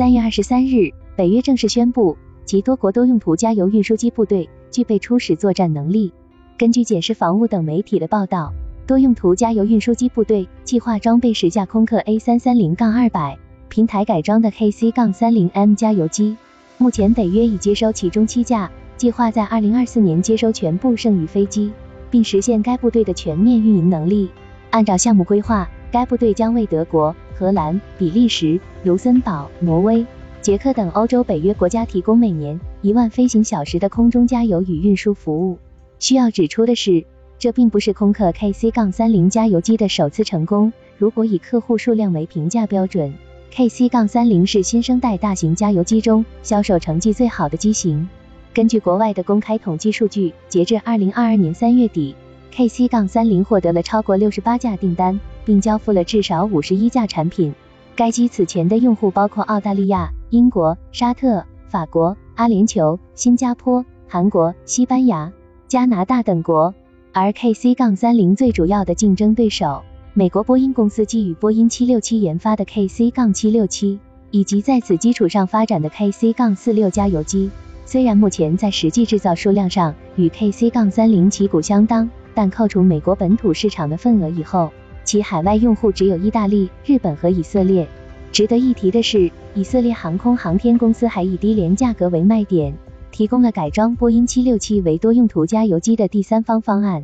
3月23日，北约正式宣布，其多国多用途加油运输机部队具备初始作战能力。根据简氏防务等媒体的报道，多用途加油运输机部队计划装备10架空客 A330-200 平台改装的 KC-30M 加油机。目前北约已接收其中7架，计划在2024年接收全部剩余飞机，并实现该部队的全面运营能力。按照项目规划，该部队将为德国、荷兰、比利时、卢森堡、挪威、捷克等欧洲北约国家提供每年1万飞行小时的空中加油与运输服务。需要指出的是，这并不是空客 KC-30 加油机的首次成功，如果以客户数量为评价标准， KC-30 是新生代大型加油机中销售成绩最好的机型。根据国外的公开统计数据，截至2022年3月底， KC-30 获得了超过68架订单，并交付了至少51架产品。该机此前的用户包括澳大利亚、英国、沙特、法国、阿联酋、新加坡、韩国、西班牙、加拿大等国。而 KC-30 最主要的竞争对手，美国波音公司基于波音767研发的 KC-767， 以及在此基础上发展的 KC-46 加油机，虽然目前在实际制造数量上与 KC-30 旗鼓相当，但扣除美国本土市场的份额以后，其海外用户只有意大利、日本和以色列。值得一提的是，以色列航空航天公司还以低廉价格为卖点，提供了改装波音767为多用途加油机的第三方方案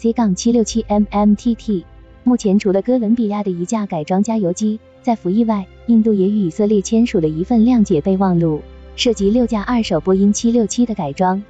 KC-767MMTT。 目前除了哥伦比亚的1架改装加油机在服役外，印度也与以色列签署了一份谅解备忘录，涉及6架二手波音767的改装。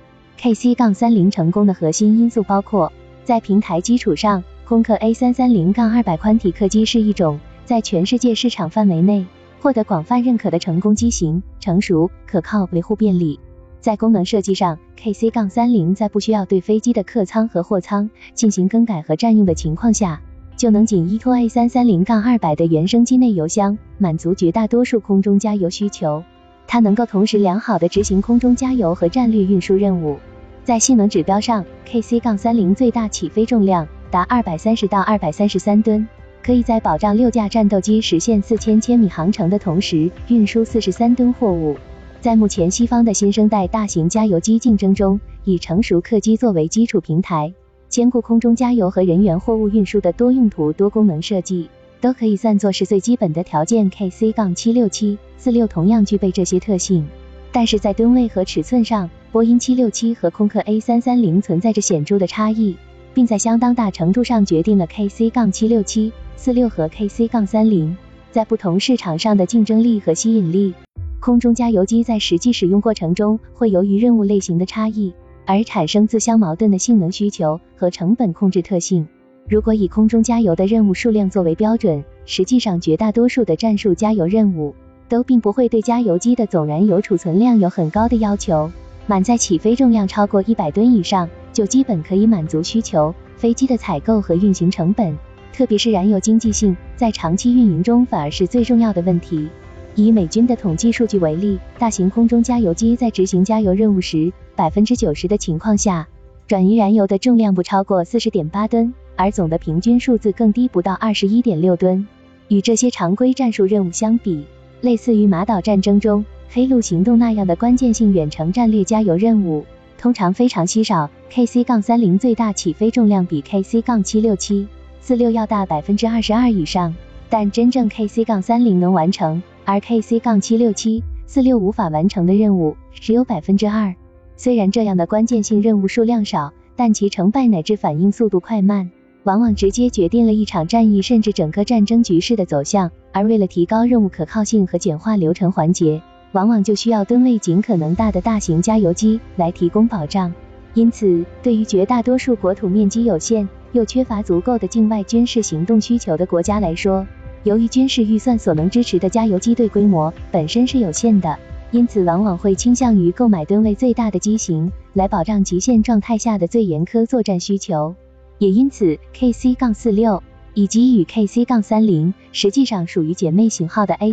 KC-30 成功的核心因素包括，在平台基础上，空客 A330-200 宽体客机是一种在全世界市场范围内获得广泛认可的成功机型，成熟、可靠、维护便利。在功能设计上， KC-30 在不需要对飞机的客舱和货舱进行更改和占用的情况下，就能仅依托 A330-200 的原生机内油箱，满足绝大多数空中加油需求。它能够同时良好地执行空中加油和战略运输任务。在性能指标上， KC-30 最大起飞重量达230到233吨，可以在保障6架战斗机实现4000千米航程的同时，运输43吨货物。在目前西方的新生代大型加油机竞争中，以成熟客机作为基础平台，兼顾空中加油和人员货物运输的多用途多功能设计，都可以算作是最基本的条件。 KC-767-46 同样具备这些特性，但是在吨位和尺寸上，波音767和空客 A330 存在着显著的差异，并在相当大程度上决定了 KC-767-46 和 KC-30 在不同市场上的竞争力和吸引力。空中加油机在实际使用过程中会由于任务类型的差异而产生自相矛盾的性能需求和成本控制特性。如果以空中加油的任务数量作为标准，实际上绝大多数的战术加油任务都并不会对加油机的总燃油储存量有很高的要求，满载起飞重量超过100吨以上就基本可以满足需求。飞机的采购和运行成本，特别是燃油经济性，在长期运营中反而是最重要的问题。以美军的统计数据为例，大型空中加油机在执行加油任务时 90% 的情况下，转移燃油的重量不超过 40.8 吨，而总的平均数字更低不到 21.6 吨。与这些常规战术任务相比，类似于马岛战争中黑路行动那样的关键性远程战略加油任务通常非常稀少。 KC-30 最大起飞重量比 KC-767-46 要大 22% 以上，但真正 KC-30 能完成而 KC-767-46 无法完成的任务只有 2%。 虽然这样的关键性任务数量少，但其成败乃至反应速度快慢，往往直接决定了一场战役甚至整个战争局势的走向。而为了提高任务可靠性和简化流程环节，往往就需要吨位尽可能大的大型加油机来提供保障。因此，对于绝大多数国土面积有限又缺乏足够的境外军事行动需求的国家来说，由于军事预算所能支持的加油机队规模本身是有限的，因此往往会倾向于购买吨位最大的机型，来保障极限状态下的最严苛作战需求。也因此 KC-46 以及与 KC-30 实际上属于姐妹型号的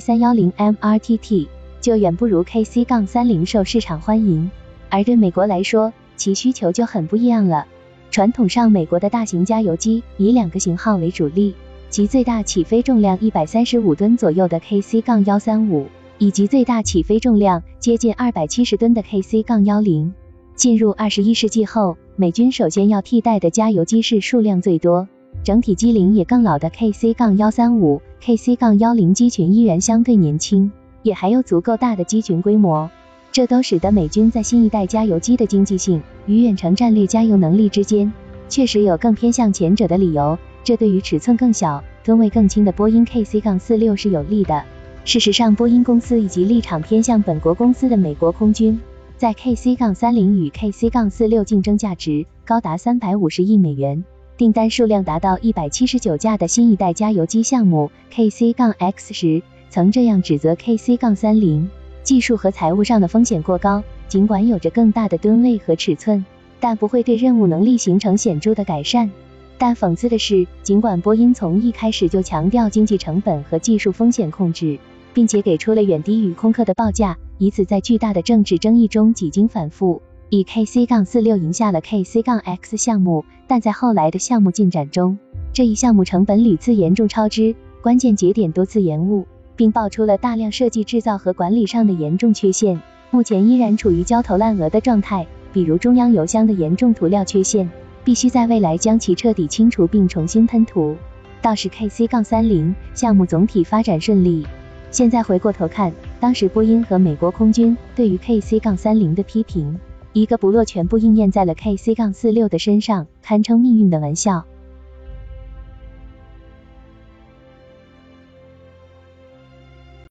A310MRTT 就远不如 KC-30 受市场欢迎。而对美国来说，其需求就很不一样了。传统上，美国的大型加油机以2个型号为主力，其最大起飞重量135吨左右的 KC-135 以及最大起飞重量接近270吨的 KC-10。进入21世纪后，美军首先要替代的加油机是数量最多，整体机龄也更老的 KC-135、KC-10机群依然相对年轻，也还有足够大的机群规模，这都使得美军在新一代加油机的经济性与远程战略加油能力之间确实有更偏向前者的理由，这对于尺寸更小、吨位更轻的波音 KC-46 是有利的。事实上，波音公司以及立场偏向本国公司的美国空军，在 KC-30 与 KC-46 竞争价值高达350亿美元，订单数量达到179架的新一代加油机项目 KC-X 时，曾这样指责 KC-30 技术和财务上的风险过高，尽管有着更大的吨位和尺寸，但不会对任务能力形成显著的改善。但讽刺的是，尽管波音从一开始就强调经济成本和技术风险控制，并且给出了远低于空客的报价，以此在巨大的政治争议中几经反复，以 KC-46 赢下了 KC-X 项目，但在后来的项目进展中，这一项目成本屡次严重超支，关键节点多次延误，并爆出了大量设计制造和管理上的严重缺陷，目前依然处于焦头烂额的状态，比如中央油箱的严重涂料缺陷，必须在未来将其彻底清除并重新喷涂。倒是 KC-30 项目总体发展顺利。现在回过头看，当时波音和美国空军对于 KC-30 的批评，一个不落全部应验在了 KC-46 的身上，堪称命运的玩笑。